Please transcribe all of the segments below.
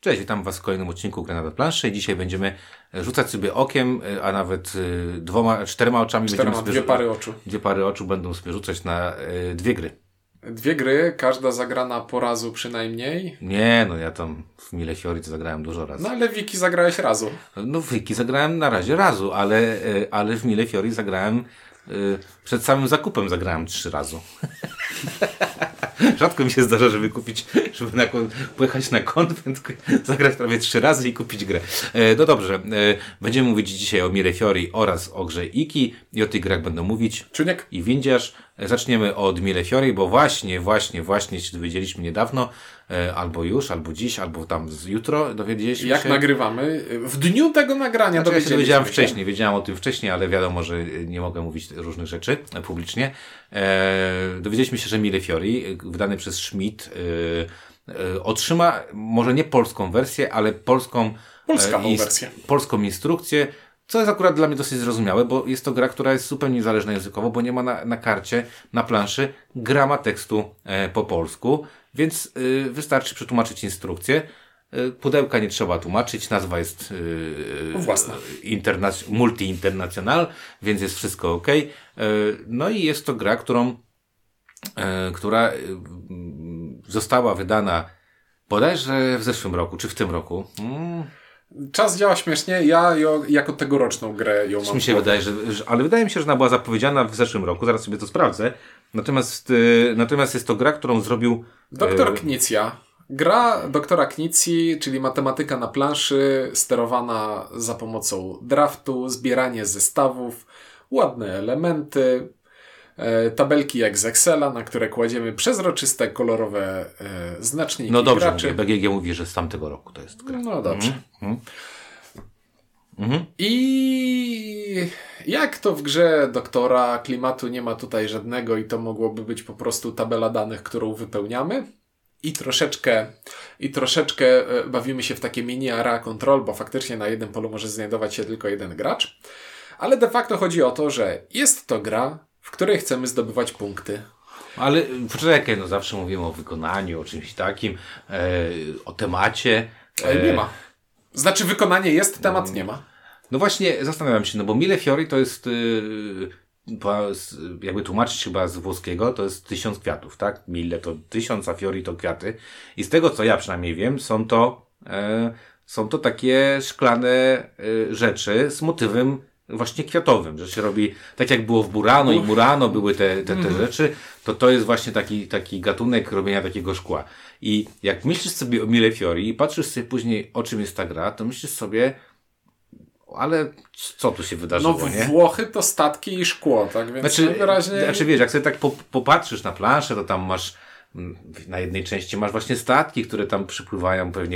Cześć, witam Was w kolejnym odcinku Gry na planszy i dzisiaj będziemy rzucać sobie okiem, a nawet czterema oczami. Dwie pary oczu. Dwie pary oczu będą sobie rzucać na dwie gry. Dwie gry, każda zagrana po razu przynajmniej. Nie, no ja tam w Mille Fiori to zagrałem dużo razy. No ale w Wiki zagrałeś razu. No w Wiki zagrałem na razie razu, ale w Mille Fiori zagrałem przed samym zakupem zagrałem 3 razy. Rzadko mi się zdarza, żeby pojechać na konwent, zagrać prawie 3 razy i kupić grę. No dobrze, będziemy mówić dzisiaj o Mille Fiori oraz o grze Iki i o tych grach będą mówić Czuniek i Windziarz. Zaczniemy od Mille Fiori, bo właśnie się dowiedzieliśmy niedawno, albo już, albo dziś, albo tam jutro dowiedzieliśmy się. Jak nagrywamy? W dniu tego nagrania ja się dowiedziałem wcześniej, wiedziałem o tym wcześniej, ale wiadomo, że nie mogę mówić różnych rzeczy publicznie. Dowiedzieliśmy się, że Mille Fiori, wydany przez Schmidt, otrzyma może nie polską wersję, ale polską instrukcję, co jest akurat dla mnie dosyć zrozumiałe, bo jest to gra, która jest zupełnie niezależna językowo, bo nie ma na karcie, na planszy grama tekstu po polsku, więc wystarczy przetłumaczyć instrukcję. Pudełka nie trzeba tłumaczyć, nazwa jest własna. Multi-International, więc jest wszystko ok. No i jest to gra, która została wydana bodajże w zeszłym roku, czy w tym roku. Czas działa śmiesznie, ja jako tegoroczną grę ją mam. Mi się wydaje, ale wydaje mi się, że ona była zapowiedziana w zeszłym roku, zaraz sobie to sprawdzę. Natomiast jest to gra, którą zrobił Doktor Knizia. Gra doktora Knizii, czyli matematyka na planszy, sterowana za pomocą draftu, zbieranie zestawów, ładne elementy, tabelki jak z Excela, na które kładziemy przezroczyste, kolorowe znaczniki. No dobrze, graczy. BGG mówi, że z tamtego roku to jest gra. No dobrze. I jak to w grze doktora, klimatu nie ma tutaj żadnego i to mogłoby być po prostu tabela danych, którą wypełniamy. I troszeczkę bawimy się w takie mini area control, bo faktycznie na jednym polu może znajdować się tylko jeden gracz. Ale de facto chodzi o to, że jest to gra, w której chcemy zdobywać punkty. Ale poczekaj, no zawsze mówimy o wykonaniu, o czymś takim, o temacie. Nie ma. Znaczy wykonanie jest, temat nie ma. No właśnie zastanawiam się, no bo Mille Fiori to jest, jakby tłumaczyć chyba z włoskiego, to jest 1000 kwiatów, tak? Mille to 1000, a Fiori to kwiaty. I z tego co ja przynajmniej wiem, są to takie szklane rzeczy z motywem właśnie kwiatowym, że się robi, tak jak było w Burano i Murano były te rzeczy, to jest właśnie taki gatunek robienia takiego szkła. I jak myślisz sobie o Mille Fiori i patrzysz sobie później, o czym jest ta gra, to myślisz sobie, ale co tu się wydarzyło, no nie? Włochy to statki i szkło, tak? Więc wyraźnie... Znaczy wiesz, jak sobie tak popatrzysz na planszę, to tam masz na jednej części masz właśnie statki, które tam przypływają pewnie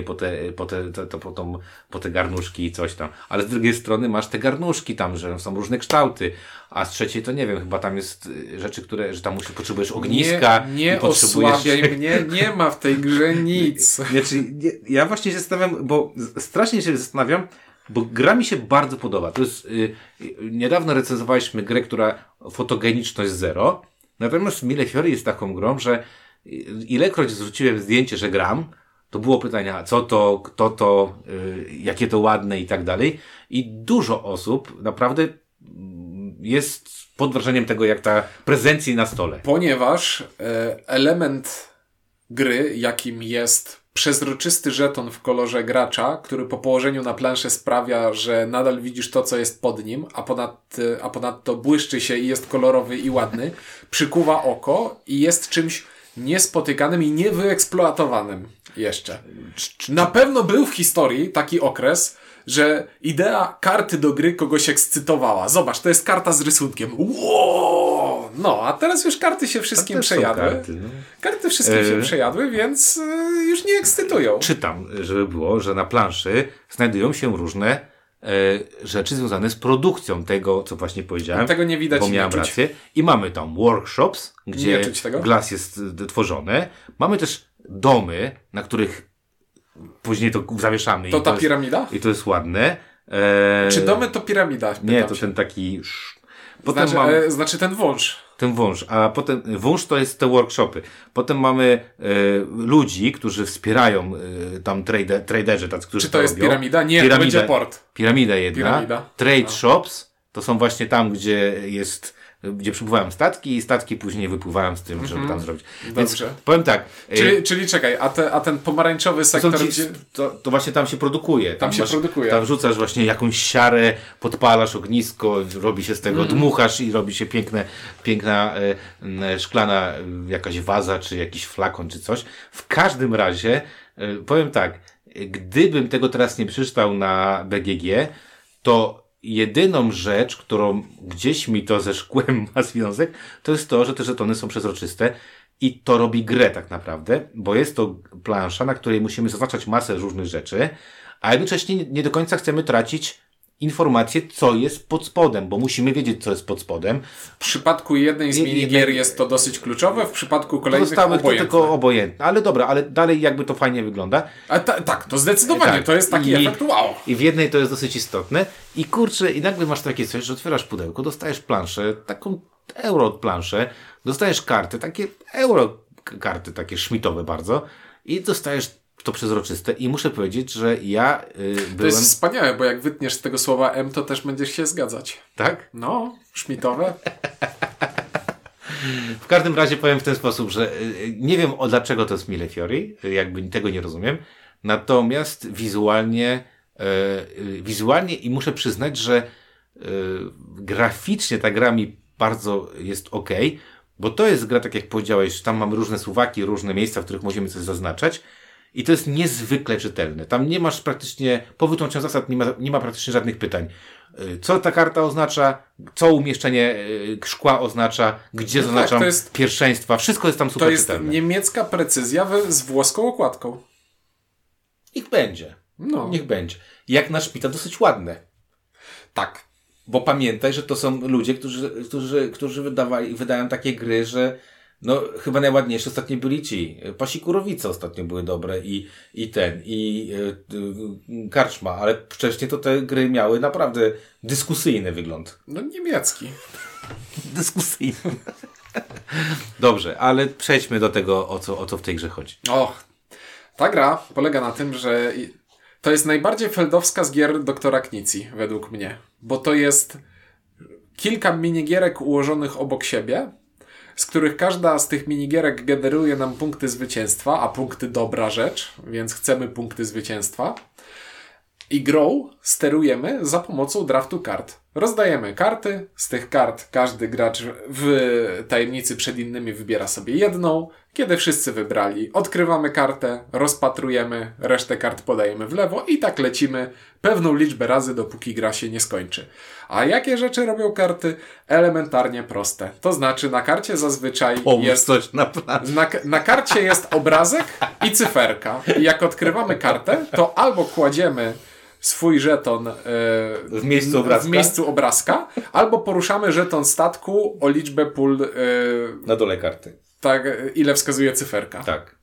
po te garnuszki i coś tam. Ale z drugiej strony masz te garnuszki tam, że są różne kształty. A z trzeciej to nie wiem, chyba tam jest rzeczy, że tam potrzebujesz ogniska. Nie osłabiaj mnie, nie ma w tej grze nic. Ja właśnie się zastanawiam, bo strasznie się zastanawiam, bo gra mi się bardzo podoba. To jest, niedawno recenzowaliśmy grę, która fotogeniczność 0. Natomiast Mille Fiori jest taką grą, że ilekroć zrzuciłem zdjęcie, że gram, to było pytania, co to, kto to, jakie to ładne i tak dalej. I dużo osób naprawdę jest pod wrażeniem tego, jak ta prezencja na stole. Ponieważ element gry, jakim jest przezroczysty żeton w kolorze gracza, który po położeniu na planszę sprawia, że nadal widzisz to, co jest pod nim, a ponadto błyszczy się i jest kolorowy i ładny, przykuwa oko i jest czymś niespotykanym i niewyeksploatowanym jeszcze. Na pewno był w historii taki okres, że idea karty do gry kogoś ekscytowała. Zobacz, to jest karta z rysunkiem. Wow! No, a teraz już karty się wszystkim przejadły. Karty wszystkim się przejadły, więc już nie ekscytują. Czytam, żeby było, że na planszy znajdują się różne rzeczy związane z produkcją tego, co właśnie powiedziałem. Tego nie widać, bo miałem rację. I mamy tam workshops, gdzie glas jest tworzony. Mamy też domy, na których później to zawieszamy. To ta piramida? I to jest ładne. Czy domy to piramida? Nie, to ten taki... Znaczy ten wąż. Ten wąż. A potem wąż to jest te workshopy. Potem mamy ludzi, którzy wspierają tam traderzy, tacy, którzy Czy to jest robią. piramida? Nie, to będzie port. Piramida jedna. Piramida. Trade shops to są właśnie tam, gdzie przypływają statki i statki później wypływają z tym, żeby tam zrobić. Więc Dobrze. powiem tak. Czyli czekaj, a ten pomarańczowy sektor, to właśnie tam się produkuje. Tam się produkuje. Tam rzucasz właśnie jakąś siarę, podpalasz ognisko, robi się z tego, dmuchasz i robi się piękna szklana jakaś waza, czy jakiś flakon, czy coś. W każdym razie, powiem tak, gdybym tego teraz nie przeczytał na BGG, to jedyną rzecz, którą gdzieś mi to ze szkłem ma związek, to jest to, że te żetony są przezroczyste i to robi grę tak naprawdę, bo jest to plansza, na której musimy zaznaczać masę różnych rzeczy, a jednocześnie nie do końca chcemy tracić informacje, co jest pod spodem, bo musimy wiedzieć, co jest pod spodem. w przypadku jednej z minigier jest to dosyć kluczowe, w przypadku kolejnych Pozostałych to obojętne. tylko obojętne. Ale dobra, ale dalej jakby to fajnie wygląda. Tak, to zdecydowanie, Tak. to jest taki efekt wow. I w jednej to jest dosyć istotne. I kurczę, i nagle masz takie coś, że otwierasz pudełko, dostajesz planszę, taką euro planszę, dostajesz karty, takie euro karty, takie szmitowe bardzo i dostajesz to przezroczyste i muszę powiedzieć, że ja byłem... To jest wspaniałe, bo jak wytniesz z tego słowa M, to też będziesz się zgadzać. Tak? No, szmitowe. W każdym razie powiem w ten sposób, że nie wiem dlaczego to jest Millefiori, jakby tego nie rozumiem, natomiast wizualnie i muszę przyznać, że graficznie ta gra mi bardzo jest okej, bo to jest gra, tak jak powiedziałeś, tam mamy różne suwaki, różne miejsca, w których możemy coś zaznaczać i to jest niezwykle czytelne. Tam nie masz praktycznie, po wytłumaczeniu zasad nie ma praktycznie żadnych pytań. Co ta karta oznacza, co umieszczenie szkła oznacza, gdzie zaznaczam pierwszeństwa, wszystko jest tam super czytelne. To jest niemiecka precyzja z włoską okładką. Niech będzie. No. Niech będzie. Jak na szpita dosyć ładne. Tak. Bo pamiętaj, że to są ludzie, którzy wydają takie gry, że no chyba najładniejsze ostatnio byli ci. Pasikurowice ostatnio były dobre i Karczma, ale wcześniej to te gry miały naprawdę dyskusyjny wygląd. No niemiecki. Dyskusyjny. Dobrze, ale przejdźmy do tego, o co w tej grze chodzi. Ta gra polega na tym, że to jest najbardziej feldowska z gier doktora Knizi, według mnie. Bo to jest kilka minigierek ułożonych obok siebie, z których każda z tych minigierek generuje nam punkty zwycięstwa, a punkty dobra rzecz, więc chcemy punkty zwycięstwa. I grą sterujemy za pomocą draftu kart. Rozdajemy karty, z tych kart każdy gracz w tajemnicy przed innymi wybiera sobie jedną. Kiedy wszyscy wybrali, odkrywamy kartę, rozpatrujemy, resztę kart podajemy w lewo i tak lecimy pewną liczbę razy, dopóki gra się nie skończy. A jakie rzeczy robią karty? Elementarnie proste. To znaczy na karcie zazwyczaj jest... coś na plan. Na karcie jest obrazek i cyferka. I jak odkrywamy kartę, to albo kładziemy swój żeton w miejscu obrazka, albo poruszamy żeton statku o liczbę pól na dole karty. Tak, ile wskazuje cyferka. Tak.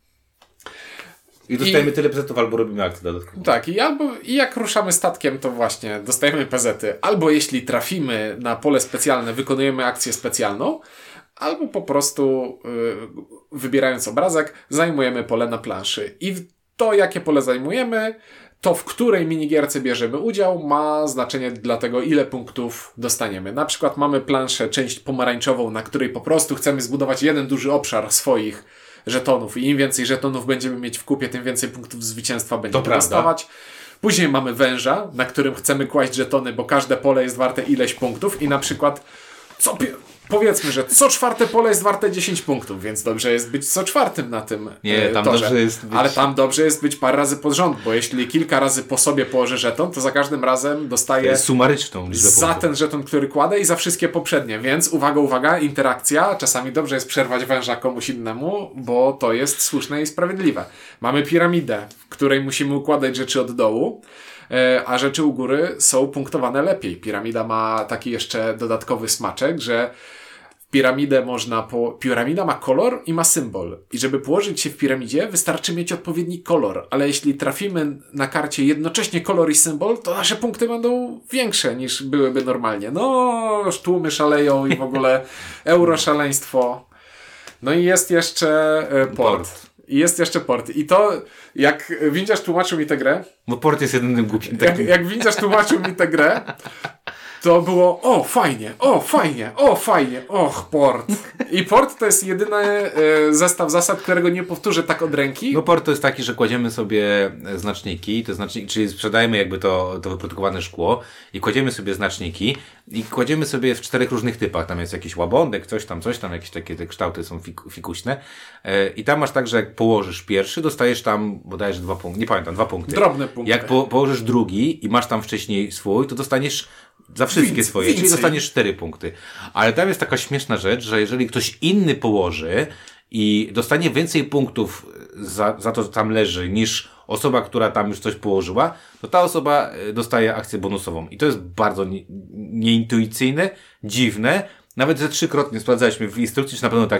I dostajemy tyle prezetów, albo robimy akcję dodatkową. Tak, i jak ruszamy statkiem, to właśnie dostajemy pezety. Albo jeśli trafimy na pole specjalne, wykonujemy akcję specjalną, albo po prostu wybierając obrazek, zajmujemy pole na planszy. I to, jakie pole zajmujemy, to w której minigierce bierzemy udział, ma znaczenie dla tego, ile punktów dostaniemy. Na przykład mamy planszę, część pomarańczową, na której po prostu chcemy zbudować jeden duży obszar swoich żetonów i im więcej żetonów będziemy mieć w kupie, tym więcej punktów zwycięstwa będziemy dostawać. Później mamy węża, na którym chcemy kłaść żetony, bo każde pole jest warte ileś punktów i na przykład powiedzmy, że co czwarte pole jest warte 10 punktów, więc dobrze jest być co czwartym na tym torze. Ale tam dobrze jest być parę razy pod rząd, bo jeśli kilka razy po sobie położę żeton, to za każdym razem dostaję sumaryczną liczbę za punktów. Ten żeton, który kładę i za wszystkie poprzednie. Więc uwaga, interakcja. Czasami dobrze jest przerwać węża komuś innemu, bo to jest słuszne i sprawiedliwe. Mamy piramidę, w której musimy układać rzeczy od dołu, a rzeczy u góry są punktowane lepiej. Piramida ma taki jeszcze dodatkowy smaczek, że piramidę można piramida ma kolor i ma symbol. I żeby położyć się w piramidzie, wystarczy mieć odpowiedni kolor. Ale jeśli trafimy na karcie jednocześnie kolor i symbol, to nasze punkty będą większe niż byłyby normalnie. No, tłumy szaleją i w ogóle euroszaleństwo. No i jest jeszcze port. I to, jak Windziarz tłumaczył mi tę grę... Bo port jest jedynym głupim takim. Jak Windziarz tłumaczył mi tę grę, to było fajnie, och, port. I port to jest jedyny zestaw zasad, którego nie powtórzę tak od ręki. No port to jest taki, że kładziemy sobie znaczniki, czyli sprzedajemy jakby to wyprodukowane szkło i kładziemy sobie znaczniki i kładziemy sobie w 4 różnych typach. Tam jest jakiś łabądek, coś tam, jakieś takie te kształty są fikuśne. I tam masz tak, że jak położysz pierwszy, dostajesz tam bodajże 2 punkty, nie pamiętam, 2 punkty. Drobne punkty. Jak położysz drugi i masz tam wcześniej swój, to dostaniesz za wszystkie swoje, czyli dostaniesz 4 punkty. Ale tam jest taka śmieszna rzecz, że jeżeli ktoś inny położy i dostanie więcej punktów za to, co tam leży, niż osoba, która tam już coś położyła, to ta osoba dostaje akcję bonusową. I to jest bardzo nieintuicyjne, dziwne. Nawet ze 3-krotnie sprawdzaliśmy w instrukcji, czy na pewno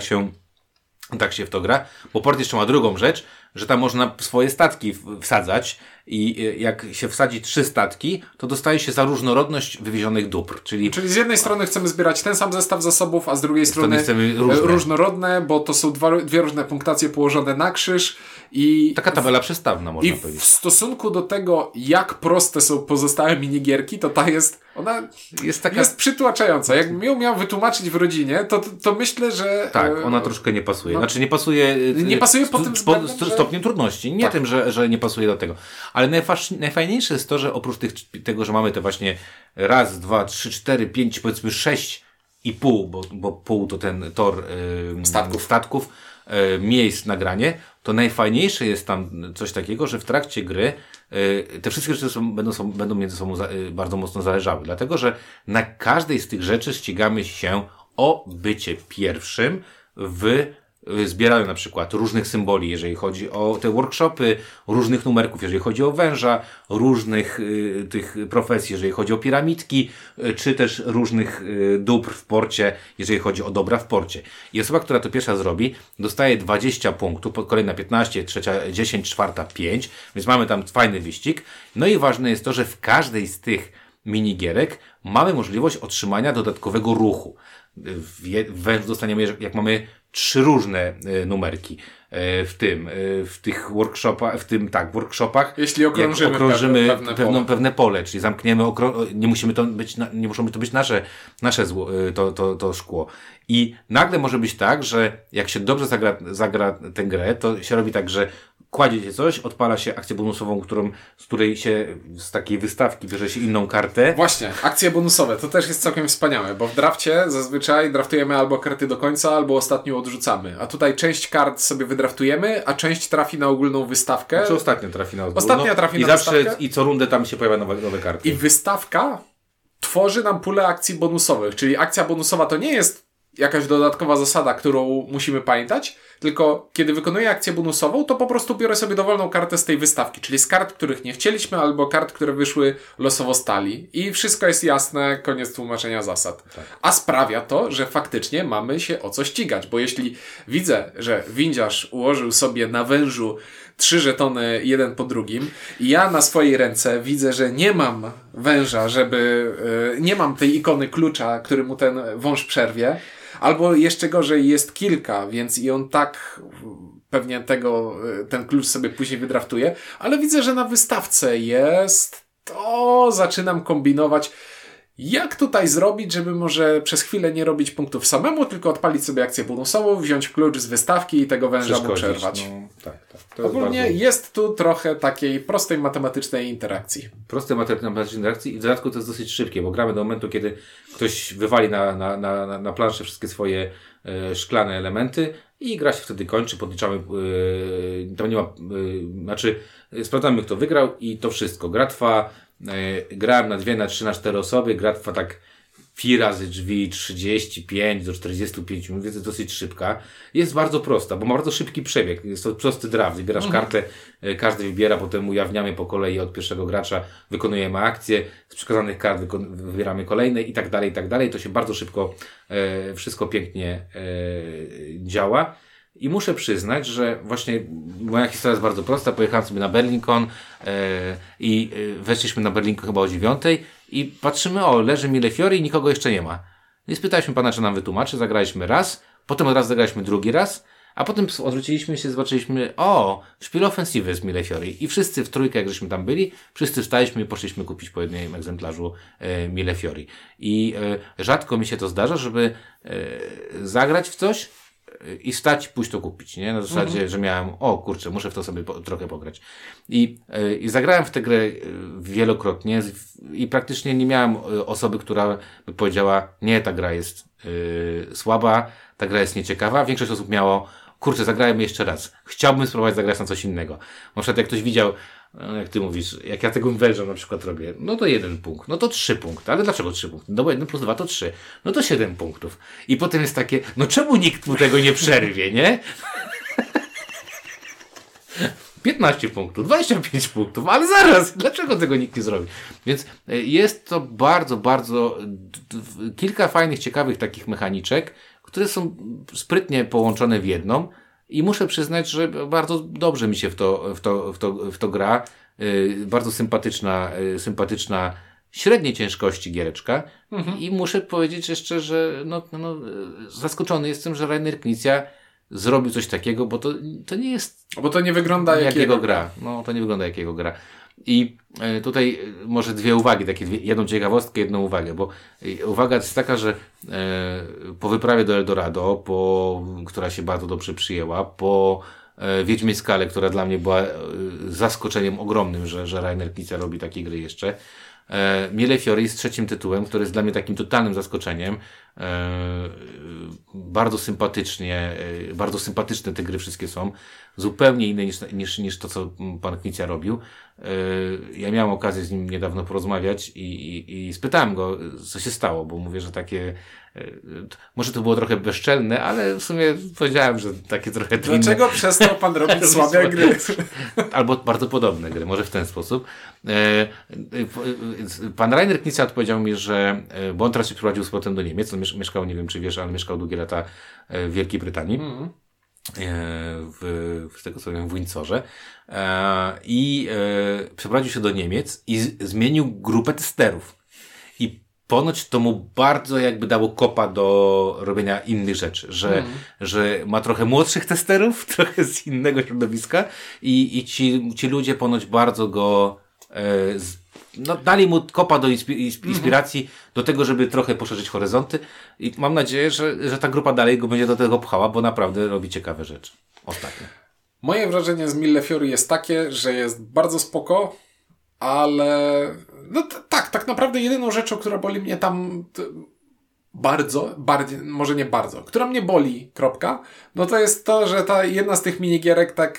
tak się w to gra. Bo port jeszcze ma drugą rzecz, że tam można swoje statki wsadzać i jak się wsadzi 3 statki, to dostaje się za różnorodność wywiezionych dóbr. Czyli z jednej strony chcemy zbierać ten sam zestaw zasobów, a z drugiej strony chcemy różnorodne, bo to są dwie różne punktacje położone na krzyż i... Taka tabela przestawna, można powiedzieć. W stosunku do tego, jak proste są pozostałe minigierki, to ona jest przytłaczająca. Jak miał wytłumaczyć w rodzinie, to myślę, że... Tak, ona troszkę nie pasuje. Znaczy nie pasuje... Nie pasuje pod tym względem, stopniem trudności. Nie tym, że nie pasuje do tego. Ale najfajniejsze jest to, że oprócz tego, że mamy te właśnie 1, 2, 3, 4, 5, powiedzmy 6,5, bo pół to ten tor statków, miejsc na granie, to najfajniejsze jest tam coś takiego, że w trakcie gry te wszystkie rzeczy będą między sobą bardzo mocno zależały. Dlatego, że na każdej z tych rzeczy ścigamy się o bycie pierwszym w zbieraniu na przykład różnych symboli, jeżeli chodzi o te workshopy, różnych numerków, jeżeli chodzi o węża, różnych tych profesji, jeżeli chodzi o piramidki, czy też różnych dóbr w porcie, jeżeli chodzi o dobra w porcie. I osoba, która to pierwsza zrobi, dostaje 20 punktów, kolejna 15, trzecia 10, czwarta 5, więc mamy tam fajny wyścig. No i ważne jest to, że w każdej z tych minigierek mamy możliwość otrzymania dodatkowego ruchu. Węż dostaniemy, jak mamy 3 różne numerki w tych workshopach. Jeśli okrążymy pewne pole, czyli zamkniemy, nie muszą to być nasze to szkło. I nagle może być tak, że jak się dobrze zagra tę grę, to się robi tak, że kładzie się coś, odpala się akcję bonusową, z której się z takiej wystawki bierze się inną kartę. Właśnie, akcje bonusowe, to też jest całkiem wspaniałe, bo w drafcie zazwyczaj draftujemy albo karty do końca, albo ostatnią odrzucamy. A tutaj część kart sobie wydraftujemy, a część trafi na ogólną wystawkę. Znaczy ostatnia trafi na ogólną. Ostatnia trafi na wystawkę. I co rundę tam się pojawia nowe karty. I wystawka tworzy nam pulę akcji bonusowych, czyli akcja bonusowa to nie jest jakaś dodatkowa zasada, którą musimy pamiętać, tylko kiedy wykonuję akcję bonusową, to po prostu biorę sobie dowolną kartę z tej wystawki, czyli z kart, których nie chcieliśmy, albo kart, które wyszły losowo stali. I wszystko jest jasne, koniec tłumaczenia zasad. Tak. A sprawia to, że faktycznie mamy się o co ścigać, bo jeśli widzę, że windziarz ułożył sobie na wężu 3 żetony jeden po drugim i ja na swojej ręce widzę, że nie mam węża, nie mam tej ikony klucza, który mu ten wąż przerwie, albo jeszcze gorzej jest kilka, więc i on tak pewnie ten klucz sobie później wydraftuje, ale widzę, że na wystawce jest, to zaczynam kombinować, jak tutaj zrobić, żeby może przez chwilę nie robić punktów samemu, tylko odpalić sobie akcję bonusową, wziąć klucz z wystawki i tego węża mu przerwać. No, tak. Ogólnie jest tu trochę takiej prostej matematycznej interakcji. Prostej matematycznej interakcji i w dodatku to jest dosyć szybkie, bo gramy do momentu, kiedy ktoś wywali na planszę wszystkie swoje szklane elementy i gra się wtedy kończy, podliczamy, tam nie ma, sprawdzamy kto wygrał i to wszystko. Gra trwa, grałem na 2, na 3, na 4 osoby, gra trwa tak pi razy drzwi 35 do 45 minut, więc jest dosyć szybka. Jest bardzo prosta, bo ma bardzo szybki przebieg. Jest to prosty draft. Wybierasz kartę, każdy wybiera, potem ujawniamy po kolei od pierwszego gracza, wykonujemy akcję, z przekazanych kart wybieramy kolejne i tak dalej, i tak dalej. To się bardzo szybko wszystko pięknie działa. I muszę przyznać, że właśnie moja historia jest bardzo prosta. Pojechałem sobie na BerlinCon i weszliśmy na BerlinCon chyba o 9:00 i patrzymy, leży Millefiori i nikogo jeszcze nie ma. I spytaliśmy pana, czy nam wytłumaczy. Zagraliśmy raz, potem od razu zagraliśmy drugi raz, a potem odwróciliśmy się, zobaczyliśmy, Spiel Offensive z Millefiori. I wszyscy w trójkę, jak żeśmy tam byli, wszyscy wstaliśmy i poszliśmy kupić po jednym egzemplarzu Millefiori. I rzadko mi się to zdarza, żeby zagrać w coś i stać, pójść to kupić, nie? Na zasadzie, że miałem, kurczę, muszę w to sobie trochę pograć. I zagrałem w tę grę wielokrotnie i praktycznie nie miałem osoby, która by powiedziała, nie, ta gra jest słaba, ta gra jest nieciekawa. Większość osób miało, kurczę, zagrałem jeszcze raz. Chciałbym spróbować zagrać na coś innego. Na przykład jak ktoś widział, jak ty mówisz, jak ja tego węża na przykład robię, no to 1 punkt, no to 3 punkty, ale dlaczego 3 punkty? No bo 1 plus 2 to 3, no to 7 punktów. I potem jest takie, no czemu nikt mu tego nie przerwie, nie? 15 punktów, 25 punktów, ale zaraz, dlaczego tego nikt nie zrobi? Więc jest to bardzo, bardzo kilka fajnych, ciekawych takich mechaniczek, które są sprytnie połączone w jedną. I muszę przyznać, że bardzo dobrze mi się w to gra. Bardzo sympatyczna średniej ciężkości giereczka. I muszę powiedzieć jeszcze, że zaskoczony jestem, że Rainer Knizia zrobił coś takiego, bo to nie jest... Bo to nie wygląda jakiego gra. No, to nie wygląda jakiego gra. I tutaj może 2 uwagi, jedną ciekawostkę, jedną uwagę, bo uwaga jest taka, że po wyprawie do Eldorado, która się bardzo dobrze przyjęła, po Wiedźmie Skale, która dla mnie była zaskoczeniem ogromnym, że Rainer Knizia robi takie gry jeszcze, Millefiori jest 3. tytułem, który jest dla mnie takim totalnym zaskoczeniem. Bardzo sympatyczne te gry wszystkie są. Zupełnie inne niż to, co pan Knizia robił. Ja miałem okazję z nim niedawno porozmawiać i spytałem go, co się stało, bo mówię, że takie może to było trochę bezczelne, ale w sumie powiedziałem, że takie trochę... Dlaczego przestał pan robić słabe gry? Albo bardzo podobne gry, może w ten sposób. Pan Rainer Knizia odpowiedział mi, że bo on teraz się przyprowadził z powrotem do Niemiec, on mieszkał, nie wiem czy wiesz, ale mieszkał długie lata w Wielkiej Brytanii. Z tego co wiem, w Windsorze i przeprowadził się do Niemiec i zmienił grupę testerów i ponoć to mu bardzo jakby dało kopa do robienia innych rzeczy, że ma trochę młodszych testerów, trochę z innego środowiska i ci ludzie ponoć bardzo go dali mu kopa do inspiracji do tego, żeby trochę poszerzyć horyzonty i mam nadzieję, że ta grupa dalej go będzie do tego pchała, bo naprawdę robi ciekawe rzeczy. Ostatnio. Moje wrażenie z Millefiori jest takie, że jest bardzo spoko, ale tak naprawdę jedyną rzeczą, która boli mnie tam bardziej, może nie bardzo, która mnie boli, no to jest to, że ta jedna z tych minigierek tak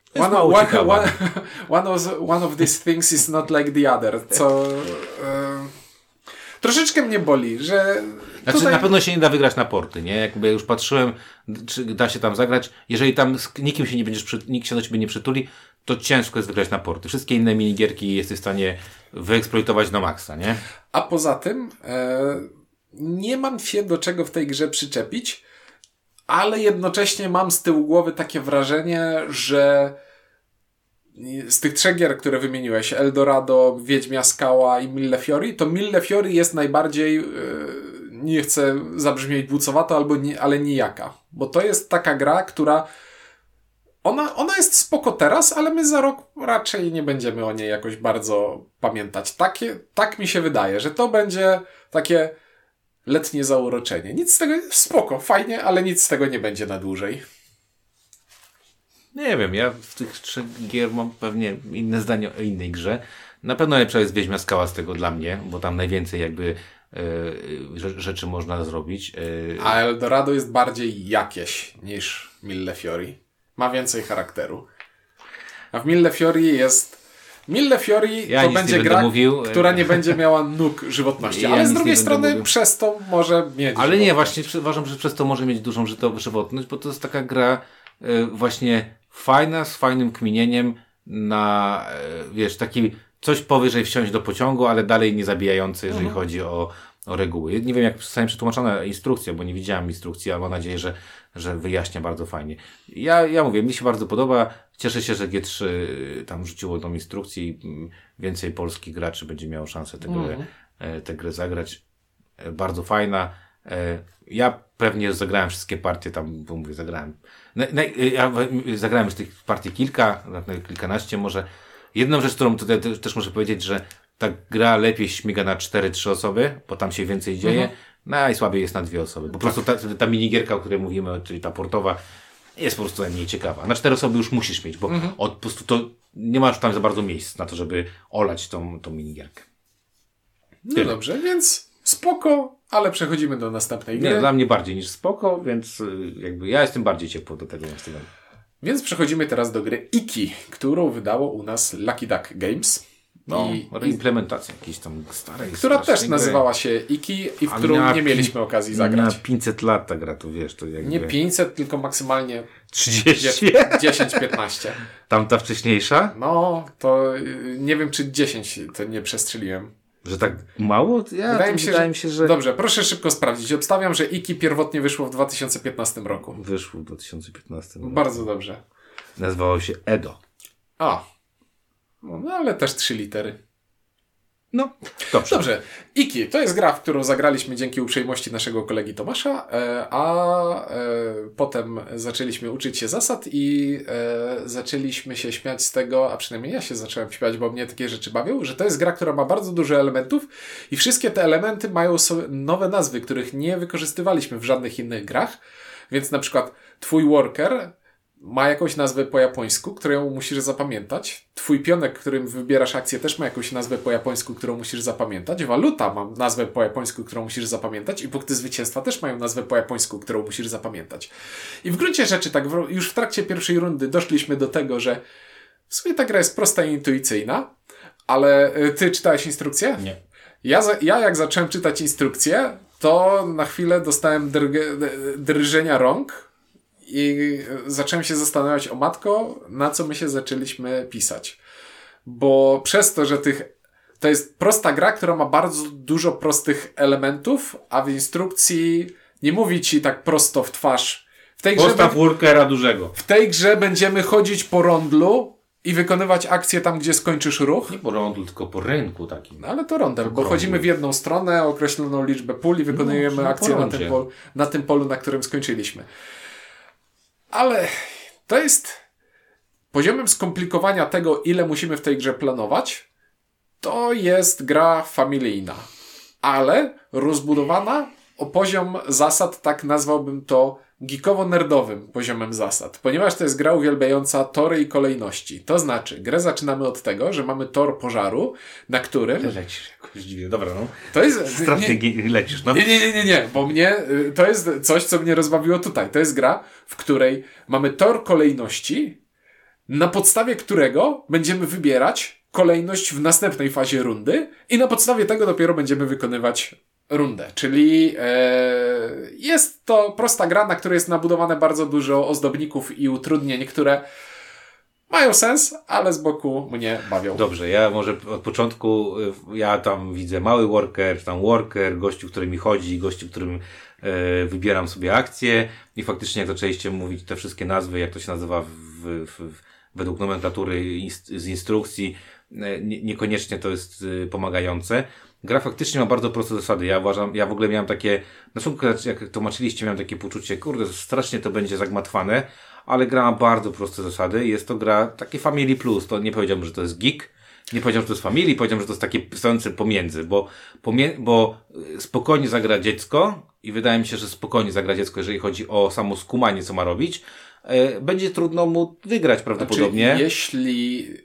one of these things is not like the other, co troszeczkę mnie boli, że na pewno się nie da wygrać na porty, nie? Jakby już patrzyłem, czy da się tam zagrać. Jeżeli tam nikt się do ciebie nie przytuli, to ciężko jest wygrać na porty. Wszystkie inne minigierki jesteś w stanie wyeksploitować do maksa, nie? A poza tym nie mam się do czego w tej grze przyczepić, ale jednocześnie mam z tyłu głowy takie wrażenie, że z tych 3 gier, które wymieniłeś, Eldorado, Wiedźmia Skała i Millefiori, to Millefiori jest najbardziej, nie chcę zabrzmieć bucowato, ale nijaka. Bo to jest taka gra, która ona jest spoko teraz, ale my za rok raczej nie będziemy o niej jakoś bardzo pamiętać. Tak mi się wydaje, że to będzie takie letnie zauroczenie. Nic z tego, spoko, fajnie, ale nic z tego nie będzie na dłużej. Nie wiem, ja w tych 3 gier mam pewnie inne zdanie o innej grze. Na pewno lepsza jest Wiedźmia Skała z tego dla mnie, bo tam najwięcej jakby rzeczy można zrobić. A Eldorado jest bardziej jakieś niż Millefiori. Ma więcej charakteru. A w Millefiori jest... Mille Fiori Ja to nic będzie nie gra, będę mówił. która nie będzie miała nóg żywotności. Ja Ale z nic drugiej nie będę strony mówił. przez to może mieć Ale nie, żywotność. właśnie uważam, że przez to może mieć dużą żywotność, bo to jest taka gra właśnie fajna, z fajnym kminieniem na, wiesz, taki coś powyżej wsiąść do pociągu, ale dalej nie zabijający, jeżeli chodzi o reguły. Nie wiem, jak zostanie przetłumaczona instrukcja, bo nie widziałem instrukcji, ale mam nadzieję, że wyjaśnia bardzo fajnie. Ja mówię, mi się bardzo podoba. Cieszę się, że G3 tam rzuciło tą instrukcję i więcej polskich graczy będzie miało szansę tę grę zagrać. Bardzo fajna. Ja pewnie zagrałem wszystkie partie tam, bo mówię, zagrałem. Ja zagrałem już tych partii kilkanaście może. Jedną rzecz, którą tutaj też muszę powiedzieć, że ta gra lepiej śmiga na 4-3 osoby, bo tam się więcej dzieje. Najsłabiej jest na 2 osoby. Po prostu ta minigierka, o której mówimy, czyli ta portowa, jest po prostu najmniej ciekawa. Na 4 osoby już musisz mieć, bo po prostu to nie masz tam za bardzo miejsc na to, żeby olać tą minigierkę. No dobrze, więc spoko, ale przechodzimy do następnej gry. Nie, dla mnie bardziej niż spoko, więc jakby ja jestem bardziej ciepło do tego nastawiony. Więc przechodzimy teraz do gry Iki, którą wydało u nas Lucky Duck Games. No, reimplementacja jakiejś tam starej. Która też gry. nazywała się Iki i w którą nie mieliśmy okazji zagrać. Na 500 lat ta gra, to wiesz, to jakby... Nie 500, tylko maksymalnie 30? 10-15. Tamta wcześniejsza? No, to nie wiem, czy 10 to nie przestrzeliłem. Że tak mało? Wydaje mi się, że... Dobrze, proszę szybko sprawdzić. Obstawiam, że Iki pierwotnie wyszło w 2015 roku. Wyszło w 2015 roku. Bardzo dobrze. Nazywało się Edo. No, ale też 3 litery. No, dobrze. Dobrze. Iki to jest gra, w którą zagraliśmy dzięki uprzejmości naszego kolegi Tomasza, a potem zaczęliśmy uczyć się zasad i zaczęliśmy się śmiać z tego, a przynajmniej ja się zacząłem śmiać, bo mnie takie rzeczy bawią, że to jest gra, która ma bardzo dużo elementów i wszystkie te elementy mają sobie nowe nazwy, których nie wykorzystywaliśmy w żadnych innych grach. Więc na przykład twój worker ma jakąś nazwę po japońsku, którą musisz zapamiętać. Twój pionek, którym wybierasz akcję, też ma jakąś nazwę po japońsku, którą musisz zapamiętać. Waluta ma nazwę po japońsku, którą musisz zapamiętać. I punkty zwycięstwa też mają nazwę po japońsku, którą musisz zapamiętać. I w gruncie rzeczy, tak już w trakcie pierwszej rundy doszliśmy do tego, że w sumie ta gra jest prosta i intuicyjna, ale ty czytałeś instrukcję? Nie. Ja jak zacząłem czytać instrukcję, to na chwilę dostałem drżenia rąk i zacząłem się zastanawiać, o matko, na co my się zaczęliśmy pisać. Bo przez to, że to jest prosta gra, która ma bardzo dużo prostych elementów, a w instrukcji nie mówi ci tak prosto w twarz. Postaw workera dużego. W tej grze będziemy chodzić po rondlu i wykonywać akcję tam, gdzie skończysz ruch. Nie po rondlu, tylko po rynku takim. No, ale to rondel, bo chodzimy w jedną stronę, określoną liczbę pól i wykonujemy akcję na tym polu, na którym skończyliśmy. Ale to jest poziomem skomplikowania tego, ile musimy w tej grze planować. To jest gra familijna, ale rozbudowana o poziom zasad, tak nazwałbym to geekowo-nerdowym poziomem zasad, ponieważ to jest gra uwielbiająca tory i kolejności. To znaczy, grę zaczynamy od tego, że mamy tor pożaru, na którym... Lecisz jakoś dziwnie, dobra, no. To jest... Strasznie lecisz, no. Nie, bo to jest coś, co mnie rozbawiło tutaj. To jest gra, w której mamy tor kolejności, na podstawie którego będziemy wybierać kolejność w następnej fazie rundy i na podstawie tego dopiero będziemy wykonywać rundę. Czyli jest to prosta gra, na której jest nabudowane bardzo dużo ozdobników i utrudnień, które mają sens, ale z boku mnie bawią. Dobrze, ja może od początku, ja tam widzę mały worker, gościu, który mi chodzi, gościu, którym wybieram sobie akcje i faktycznie jak zaczęliście mówić te wszystkie nazwy, jak to się nazywa według nomenklatury z instrukcji, niekoniecznie to jest pomagające. Gra faktycznie ma bardzo proste zasady. Ja w ogóle miałem takie, na początku jak tłumaczyliście, miałem takie poczucie, kurde, strasznie to będzie zagmatwane, ale gra ma bardzo proste zasady. Jest to gra takie Family Plus. To nie powiedziałbym, że to jest geek, nie powiedziałbym, że to jest Family, powiedziałbym, że to jest takie stojące pomiędzy, bo spokojnie zagra dziecko i wydaje mi się, że spokojnie zagra dziecko, jeżeli chodzi o samo skumanie, co ma robić. Będzie trudno mu wygrać prawdopodobnie. Znaczy,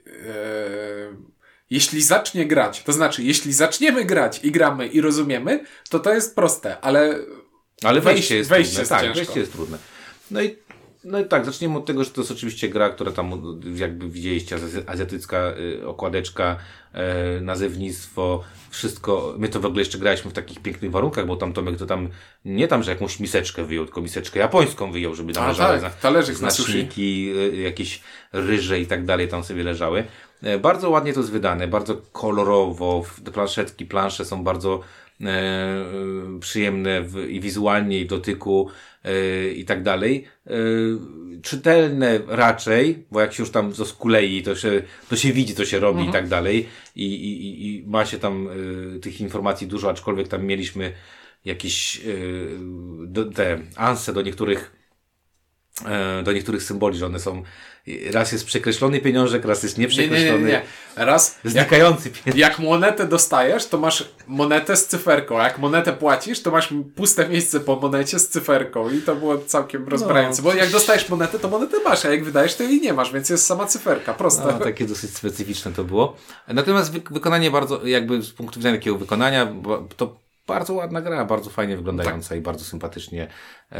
jeśli zacznie grać, to znaczy, jeśli zaczniemy grać i gramy i rozumiemy, to jest proste, ale wejście jest trudne. ciężko. Wejście jest trudne. No i tak, zacznijmy od tego, że to jest oczywiście gra, która tam, jakby widzieliście, azjatycka okładeczka, nazewnictwo, wszystko. My to w ogóle jeszcze graliśmy w takich pięknych warunkach, bo tam Tomek to tam, nie tam, że jakąś miseczkę wyjął, tylko miseczkę japońską wyjął, żeby tam leżały talerzyk na znaczniki, jakieś ryże i tak dalej tam sobie leżały. Bardzo ładnie to jest wydane, bardzo kolorowo, te plansze są bardzo przyjemne i wizualnie, i w dotyku i tak dalej. Czytelne raczej, bo jak się już tam to skulei, to się widzi, co się robi i tak dalej. I ma się tam tych informacji dużo, aczkolwiek tam mieliśmy jakieś te anse do niektórych symboli, że one są, raz jest przekreślony pieniążek, raz jest nieprzekreślony. Nie. Raz znikający pieniążek. Jak monetę dostajesz, to masz monetę z cyferką, a jak monetę płacisz, to masz puste miejsce po monecie z cyferką i to było całkiem rozbrajające, bo jak dostajesz monetę, to monetę masz, a jak wydajesz, to jej nie masz, więc jest sama cyferka, proste. No, takie dosyć specyficzne to było. Natomiast wykonanie bardzo, jakby z punktu widzenia takiego wykonania, to bardzo ładna gra, bardzo fajnie wyglądająca i bardzo sympatycznie,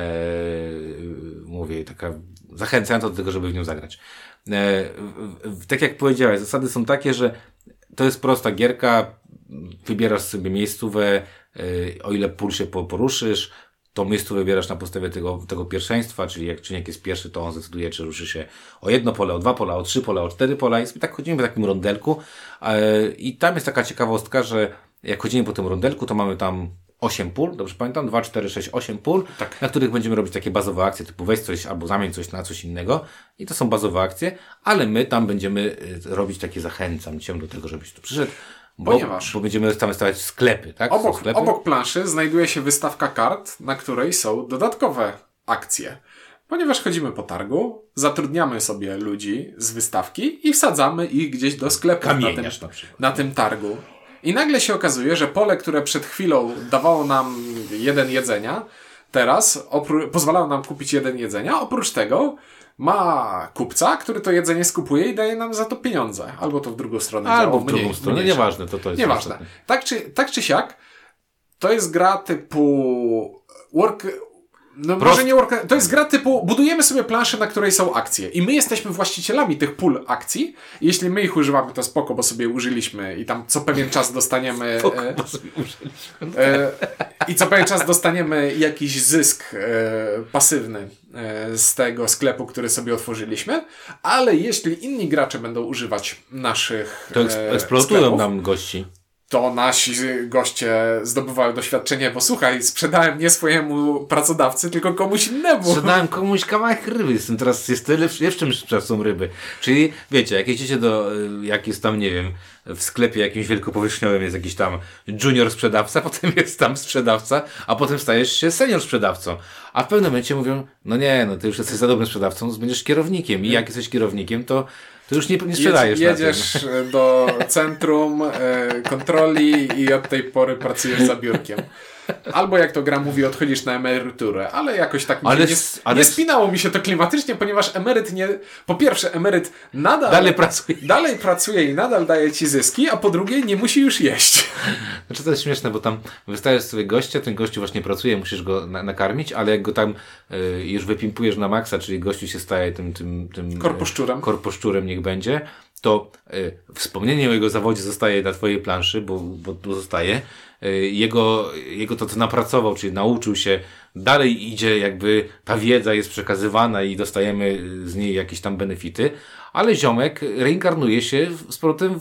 mówię, taka zachęcająca do tego, żeby w nią zagrać. Tak jak powiedziałeś, zasady są takie, że to jest prosta gierka, wybierasz sobie miejscówę, o ile pól się poruszysz, to miejscówę wybierasz na podstawie tego pierwszeństwa, czyli jak czynnik jest pierwszy, to on zdecyduje, czy ruszy się o 1 pole, o 2 pola, o 3 pola, o 4 pola i tak chodzimy w takim rondelku i tam jest taka ciekawostka, że jak chodzimy po tym rondelku, to mamy tam 8 pól, dobrze pamiętam? 2, 4, 6, 8 pól, tak, na których będziemy robić takie bazowe akcje, typu weź coś albo zamień coś na coś innego. I to są bazowe akcje, ale my tam będziemy robić takie, zachęcam cię do tego, żebyś tu przyszedł, bo będziemy tam stawiać sklepy, tak? Obok planszy znajduje się wystawka kart, na której są dodatkowe akcje. Ponieważ chodzimy po targu, zatrudniamy sobie ludzi z wystawki i wsadzamy ich gdzieś do sklepu na tym targu. I nagle się okazuje, że pole, które przed chwilą dawało nam 1 jedzenia, teraz pozwalało nam kupić 1 jedzenia, oprócz tego ma kupca, który to jedzenie skupuje i daje nam za to pieniądze. Albo to w drugą stronę albo w drugą stronę, nieważne. To jest nieważne. Tak czy siak, to jest gra typu to jest gra typu budujemy sobie planszę, na której są akcje i my jesteśmy właścicielami tych pól akcji i jeśli my ich używamy, to spoko, bo sobie użyliśmy i tam co pewien czas dostaniemy i co pewien czas dostaniemy jakiś zysk pasywny z tego sklepu, który sobie otworzyliśmy, ale jeśli inni gracze będą używać naszych to eksploatują sklepów, nam gości. To nasi goście zdobywają doświadczenie, bo słuchaj, sprzedałem nie swojemu pracodawcy, tylko komuś innemu. Sprzedałem komuś kawałek ryby, jestem teraz lepszym sprzedawcą ryby. Czyli wiecie, jak jedziecie jak jest tam, nie wiem, w sklepie jakimś wielkopowierzchniowym jest jakiś tam junior sprzedawca, potem jest tam sprzedawca, a potem stajesz się senior sprzedawcą. A w pewnym momencie mówią, ty już jesteś za dobrym sprzedawcą, będziesz kierownikiem i jak jesteś kierownikiem, to już nie sprzedajesz. Jedziesz do centrum kontroli i od tej pory pracujesz za biurkiem. Albo jak to gra mówi, odchodzisz na emeryturę, ale jakoś tak nie spinało mi się to klimatycznie, ponieważ po pierwsze emeryt dalej pracuje i nadal daje ci zyski, a po drugie nie musi już jeść. Znaczy to jest śmieszne, bo tam wystajesz sobie gościa, ten gościu właśnie pracuje, musisz go nakarmić, ale jak go tam już wypimpujesz na maksa, czyli gościu się staje tym korposzczurem niech będzie, to wspomnienie o jego zawodzie zostaje na twojej planszy, bo tu zostaje. Jego to, co napracował, czyli nauczył się, dalej idzie, jakby ta wiedza jest przekazywana i dostajemy z niej jakieś tam benefity, ale ziomek reinkarnuje się z powrotem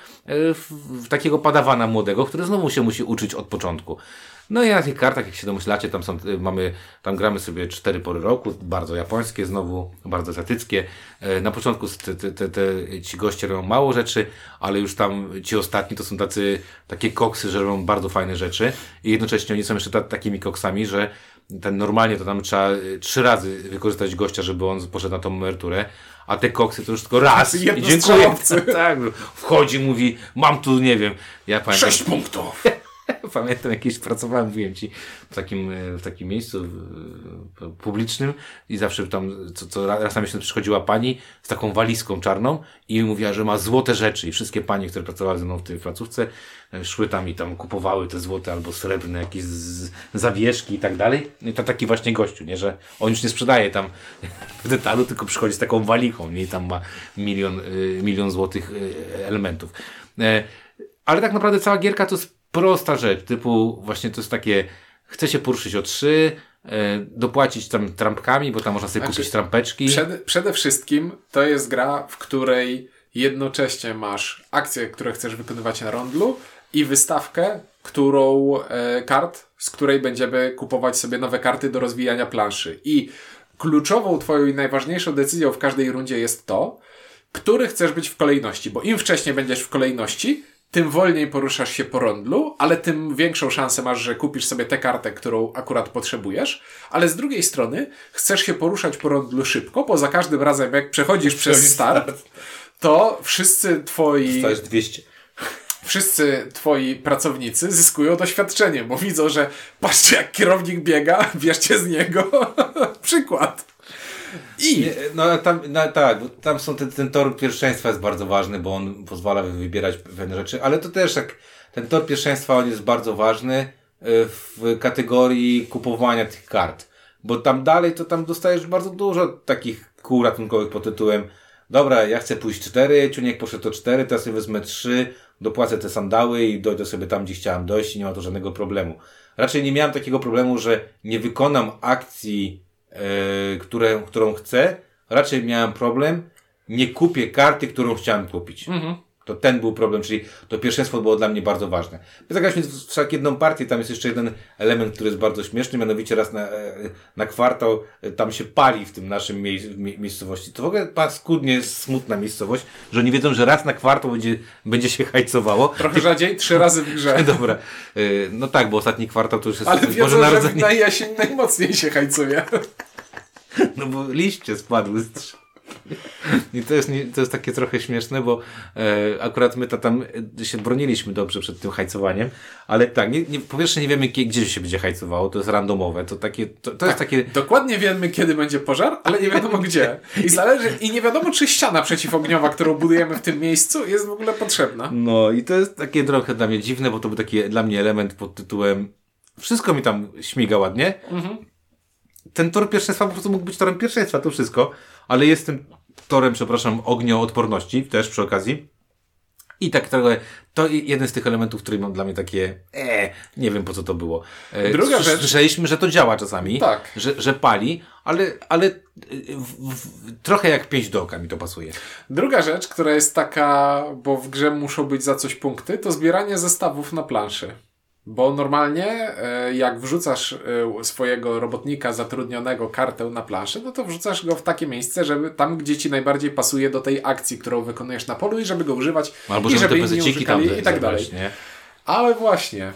w takiego padawana młodego, który znowu się musi uczyć od początku. No i na tych kartach, jak się domyślacie, tam gramy sobie 4 pory roku, bardzo japońskie znowu, bardzo azjatyckie. Na początku ci goście robią mało rzeczy, ale już tam ci ostatni to są takie koksy, że robią bardzo fajne rzeczy i jednocześnie oni są jeszcze takimi koksami, że normalnie to tam trzeba 3 razy wykorzystać gościa, żeby on poszedł na tą emeryturę, a te koksy to już tylko raz i dziękuję. Tak, wchodzi, mówi, mam tu, nie wiem, ja pamiętam. 6 punktów. Pamiętam, jakieś pracowałem, mówiłem ci, w takim miejscu publicznym i zawsze tam, raz na miesiąc przychodziła pani z taką walizką czarną i mówiła, że ma złote rzeczy i wszystkie panie, które pracowały ze mną w tej placówce, szły tam i tam kupowały te złote albo srebrne jakieś zawieszki i tak dalej. I to taki właśnie gościu, nie, że on już nie sprzedaje tam w detalu, tylko przychodzi z taką walichą, nie, i tam ma milion złotych elementów. Ale tak naprawdę cała gierka to jest prosta rzecz, typu właśnie to jest takie, chce się poruszyć o 3, dopłacić tam trampkami, bo tam można sobie kupić trampeczki. Przede wszystkim to jest gra, w której jednocześnie masz akcje, które chcesz wykonywać na rondlu i wystawkę, kart, z której będziemy kupować sobie nowe karty do rozwijania planszy. I kluczową twoją i najważniejszą decyzją w każdej rundzie jest to, który chcesz być w kolejności, bo im wcześniej będziesz w kolejności, tym wolniej poruszasz się po rondlu, ale tym większą szansę masz, że kupisz sobie tę kartę, którą akurat potrzebujesz, ale z drugiej strony chcesz się poruszać po rondlu szybko, bo za każdym razem jak przechodzisz przez start, to wszyscy twoi pracownicy zyskują doświadczenie, bo widzą, że patrzcie jak kierownik biega, bierzcie z niego przykład. Tam są ten tor pierwszeństwa jest bardzo ważny, bo on pozwala wybierać pewne rzeczy, ale to też ten tor pierwszeństwa on jest bardzo ważny w kategorii kupowania tych kart, bo tam dalej to tam dostajesz bardzo dużo takich kół ratunkowych pod tytułem dobra, ja chcę pójść 4, Ciuniek poszedł to 4, teraz sobie wezmę 3, dopłacę te sandały i dojdę sobie tam, gdzie chciałem dojść i nie ma to żadnego problemu. Raczej nie miałem takiego problemu, że nie wykonam akcji którą chcę, raczej miałem problem, nie kupię karty, którą chciałem kupić. To ten był problem, czyli to pierwszeństwo było dla mnie bardzo ważne. My zagraliśmy w jedną partię, tam jest jeszcze jeden element, który jest bardzo śmieszny, mianowicie raz na kwartał tam się pali w tym naszym miejscowości. To w ogóle paskudnie smutna miejscowość, że oni wiedzą, że raz na kwartał będzie się hajcowało. Trochę rzadziej, 3 razy w grze. Dobra. No tak, bo ostatni kwartał to już jest... Ale wiedzą, że na jesień najmocniej się hajcuje. No bo liście spadły I to jest takie trochę śmieszne, bo akurat my tam się broniliśmy dobrze przed tym hajcowaniem, ale tak, po pierwsze nie wiemy gdzie się będzie hajcowało, to jest randomowe, to jest takie... Dokładnie wiemy kiedy będzie pożar, ale nie wiadomo gdzie. I nie wiadomo czy ściana przeciwogniowa, którą budujemy w tym miejscu jest w ogóle potrzebna. No i to jest takie trochę dla mnie dziwne, bo to był taki dla mnie element pod tytułem wszystko mi tam śmiga ładnie. Ten tor pierwszeństwa po prostu mógł być torem pierwszeństwa, to wszystko, ale jest tym torem, ognioodporności też przy okazji. I tak trochę, to jeden z tych elementów, który mam dla mnie takie, nie wiem po co to było. Druga rzecz. Słyszeliśmy, że to działa czasami, tak. że pali, ale trochę jak pięść do oka mi to pasuje. Druga rzecz, która jest taka, bo w grze muszą być za coś punkty, to zbieranie zestawów na planszy. Bo normalnie jak wrzucasz swojego robotnika zatrudnionego kartę na planszę, no to wrzucasz go w takie miejsce, żeby tam, gdzie ci najbardziej pasuje do tej akcji, którą wykonujesz na polu i żeby go używać albo i żeby inni użykali i tak dalej. Nie? Ale właśnie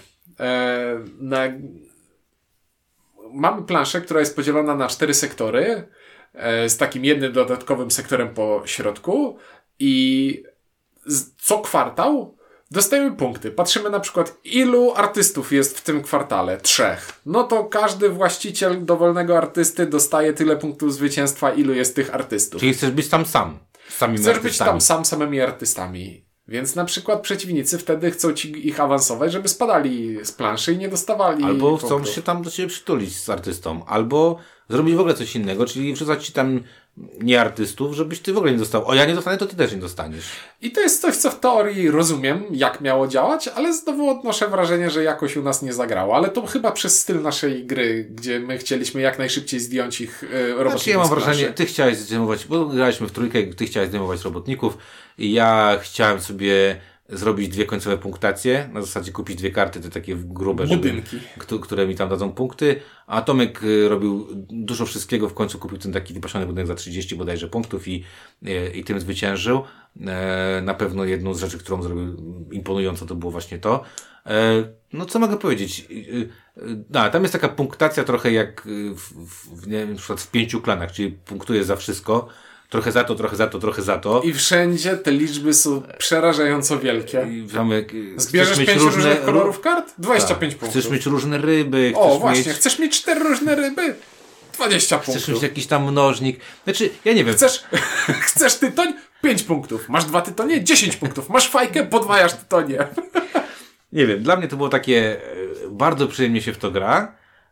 mamy planszę, która jest podzielona na 4 sektory z takim jednym dodatkowym sektorem po środku i co kwartał dostajemy punkty. Patrzymy na przykład, ilu artystów jest w tym kwartale? 3. No to każdy właściciel dowolnego artysty dostaje tyle punktów zwycięstwa, ilu jest tych artystów. Czyli chcesz być tam sam. Chcesz być tam sam, samymi artystami. Więc na przykład przeciwnicy wtedy chcą ci ich awansować, żeby spadali z planszy i nie dostawali albo chcą się tam do ciebie przytulić z artystą. Albo zrobić w ogóle coś innego, czyli wrzucać ci tam nie artystów, żebyś ty w ogóle nie dostał. O, ja nie dostanę, to ty też nie dostaniesz. I to jest coś, co w teorii rozumiem, jak miało działać, ale znowu odnoszę wrażenie, że jakoś u nas nie zagrało. Ale to chyba przez styl naszej gry, gdzie my chcieliśmy jak najszybciej zdjąć ich robotników. Znaczy ja mam wrażenie, ty chciałeś zdejmować, bo graliśmy w trójkę, ty chciałeś zdejmować robotników i ja chciałem sobie zrobić 2 końcowe punktacje, na zasadzie kupić 2 karty, te takie grube, budynki, które mi tam dadzą punkty, a Tomek robił dużo wszystkiego, w końcu kupił ten taki wypasiony budynek za 30 bodajże punktów i tym zwyciężył. Na pewno jedną z rzeczy, którą zrobił imponująco, to było właśnie to. No co mogę powiedzieć? Tam jest taka punktacja trochę jak nie wiem, na przykład w 5 klanach, czyli punktuje za wszystko. trochę za to, trochę za to, trochę za to. I wszędzie te liczby są przerażająco wielkie. Zbierzesz 5 różnych kolorów kart? 25 punktów. Chcesz mieć różne ryby. Chcesz mieć 4 różne ryby? 20 punktów. Chcesz mieć jakiś tam mnożnik. Znaczy, ja nie wiem. Chcesz tytoń? 5 punktów. Masz 2 tytonie? 10 punktów. Masz fajkę? Podwajasz tytonie. Nie wiem, dla mnie to było takie, bardzo przyjemnie się w to gra.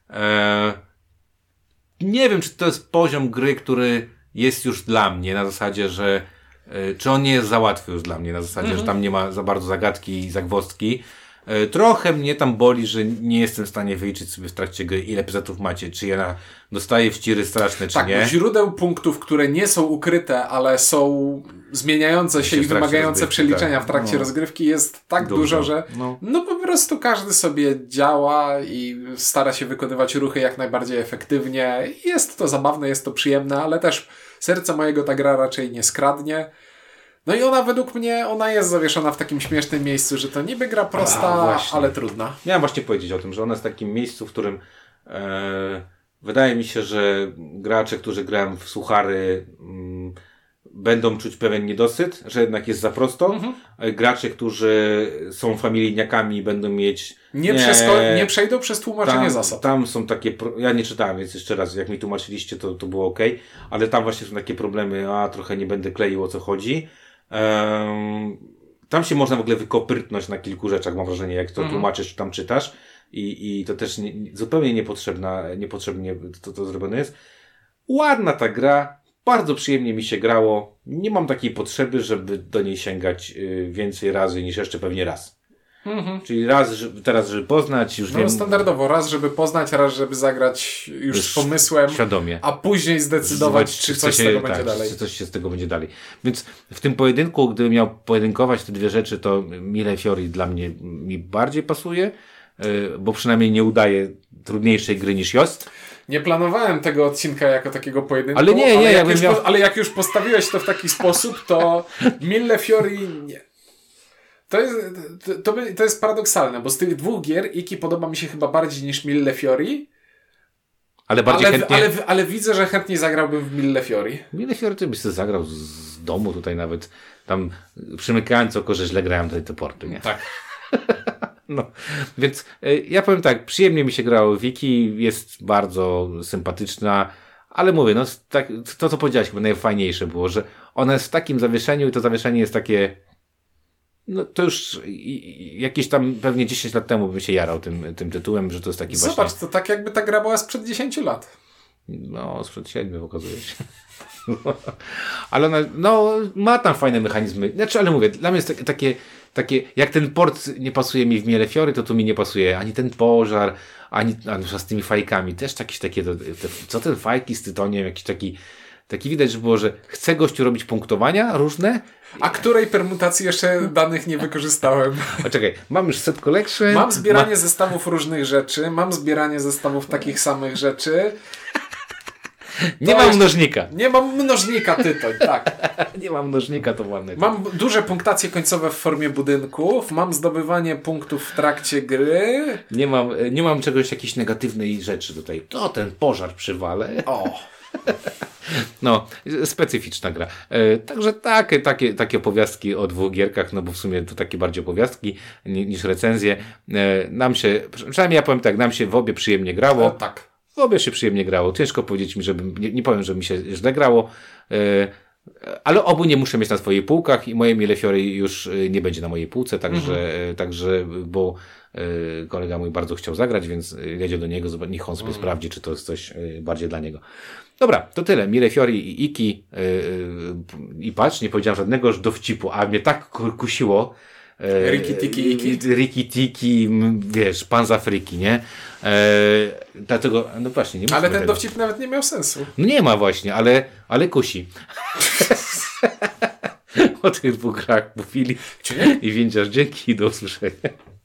Nie wiem, czy to jest poziom gry, który jest już dla mnie, na zasadzie, że czy on nie jest za łatwy już dla mnie, na zasadzie, że tam nie ma za bardzo zagadki i zagwozdki. Trochę mnie tam boli, że nie jestem w stanie wyliczyć sobie w trakcie gry, ile epizetów macie, czy ja dostaję wciry straszne, czy nie. Tak, źródeł punktów, które nie są ukryte, ale są zmieniające się i wymagające przeliczenia w trakcie rozgrywki jest tak dużo, że no po prostu każdy sobie działa i stara się wykonywać ruchy jak najbardziej efektywnie. Jest to zabawne, jest to przyjemne, ale też serce mojego ta gra raczej nie skradnie. No i ona według mnie, ona jest zawieszona w takim śmiesznym miejscu, że to niby gra prosta, ale trudna. Miałem właśnie powiedzieć o tym, że ona jest w takim miejscu, w którym wydaje mi się, że gracze, którzy grają w suchary będą czuć pewien niedosyt, że jednak jest za prosto. Gracze, którzy są familijniakami, będą mieć... Nie przejdą przez tłumaczenie zasad. Tam są takie... Ja nie czytałem, więc jeszcze raz, jak mi tłumaczyliście, to było okej. Ale tam właśnie są takie problemy, trochę nie będę kleił, o co chodzi. Tam się można w ogóle wykopyrtnąć na kilku rzeczach, mam wrażenie, jak to tłumaczysz, czy tam czytasz. I to też zupełnie niepotrzebnie to zrobione jest. Ładna ta gra, bardzo przyjemnie mi się grało. Nie mam takiej potrzeby, żeby do niej sięgać więcej razy niż jeszcze pewnie raz. Czyli raz, teraz, żeby poznać, już wiem. Standardowo, raz, żeby poznać, raz, żeby zagrać już z pomysłem, świadomie. A później zdecydować, czy coś z tego będzie dalej. Czy coś się z tego będzie dalej. Więc w tym pojedynku, gdybym miał pojedynkować te dwie rzeczy, to Mille Fiori dla mnie mi bardziej pasuje, bo przynajmniej nie udaje trudniejszej gry niż Yost. Nie planowałem tego odcinka jako takiego pojedynku, ale jak już postawiłeś to w taki sposób, to Mille Fiori nie. To jest paradoksalne, bo z tych dwóch gier Iki podoba mi się chyba bardziej niż Mille Fiori, ale widzę, że chętniej zagrałbym w Mille Fiori. Mille Fiori to byś sobie zagrał z domu tutaj nawet, tam przymykając oko, że źle grałem tutaj te porty, nie? Tak. No, więc ja powiem tak, przyjemnie mi się grało w Iki, jest bardzo sympatyczna, ale mówię, to co powiedziałeś chyba najfajniejsze było, że ona jest w takim zawieszeniu i to zawieszenie jest takie, to już jakieś tam pewnie 10 lat temu bym się jarał tym tytułem, że to jest taki Zobacz, to tak jakby ta gra była sprzed 10 lat. Sprzed 7 okazuje się. Ale ona, ma tam fajne mechanizmy. Ale mówię, dla mnie jest takie, jak ten port nie pasuje mi w Mille Fiori, to tu mi nie pasuje ani ten pożar, ani z tymi fajkami. Też jakieś takie, co ten fajki z tytoniem, jakiś taki widać, że było, że chce gościu robić punktowania różne. A której permutacji jeszcze danych nie wykorzystałem? Czekaj, mam już set collection. Mam zbieranie zestawów różnych rzeczy, mam zbieranie zestawów takich samych rzeczy. Nie mam mnożnika. Nie mam mnożnika, tytoń, tak. Nie mam mnożnika, to ładne. Mam duże punktacje końcowe w formie budynków, mam zdobywanie punktów w trakcie gry. Nie mam czegoś, jakiejś negatywnej rzeczy tutaj. To ten pożar przywalę. Specyficzna gra. Także takie opowiastki o dwóch gierkach, bo w sumie to takie bardziej opowiastki niż recenzje. Nam się, przynajmniej ja powiem tak, nam się w obie przyjemnie grało. Tak. W obie się przyjemnie grało. Ciężko powiedzieć mi, nie powiem, że mi się źle grało, ale obu nie muszę mieć na swoich półkach i moje Mille Fiori już nie będzie na mojej półce, także bo kolega mój bardzo chciał zagrać, więc jedzie do niego, niech on sobie sprawdzi, czy to jest coś bardziej dla niego. Dobra, to tyle. Mille Fiori i Iki i patrz, nie powiedziałem żadnego dowcipu, a mnie tak kusiło. Riki Tiki, wiesz, pan z Afryki, nie? Dlatego, właśnie, nie. Ale ten dowcip nawet nie miał sensu. Nie ma właśnie, ale kusi. O tych dwóch grach mówili. I Windziarz, dzięki i do usłyszenia.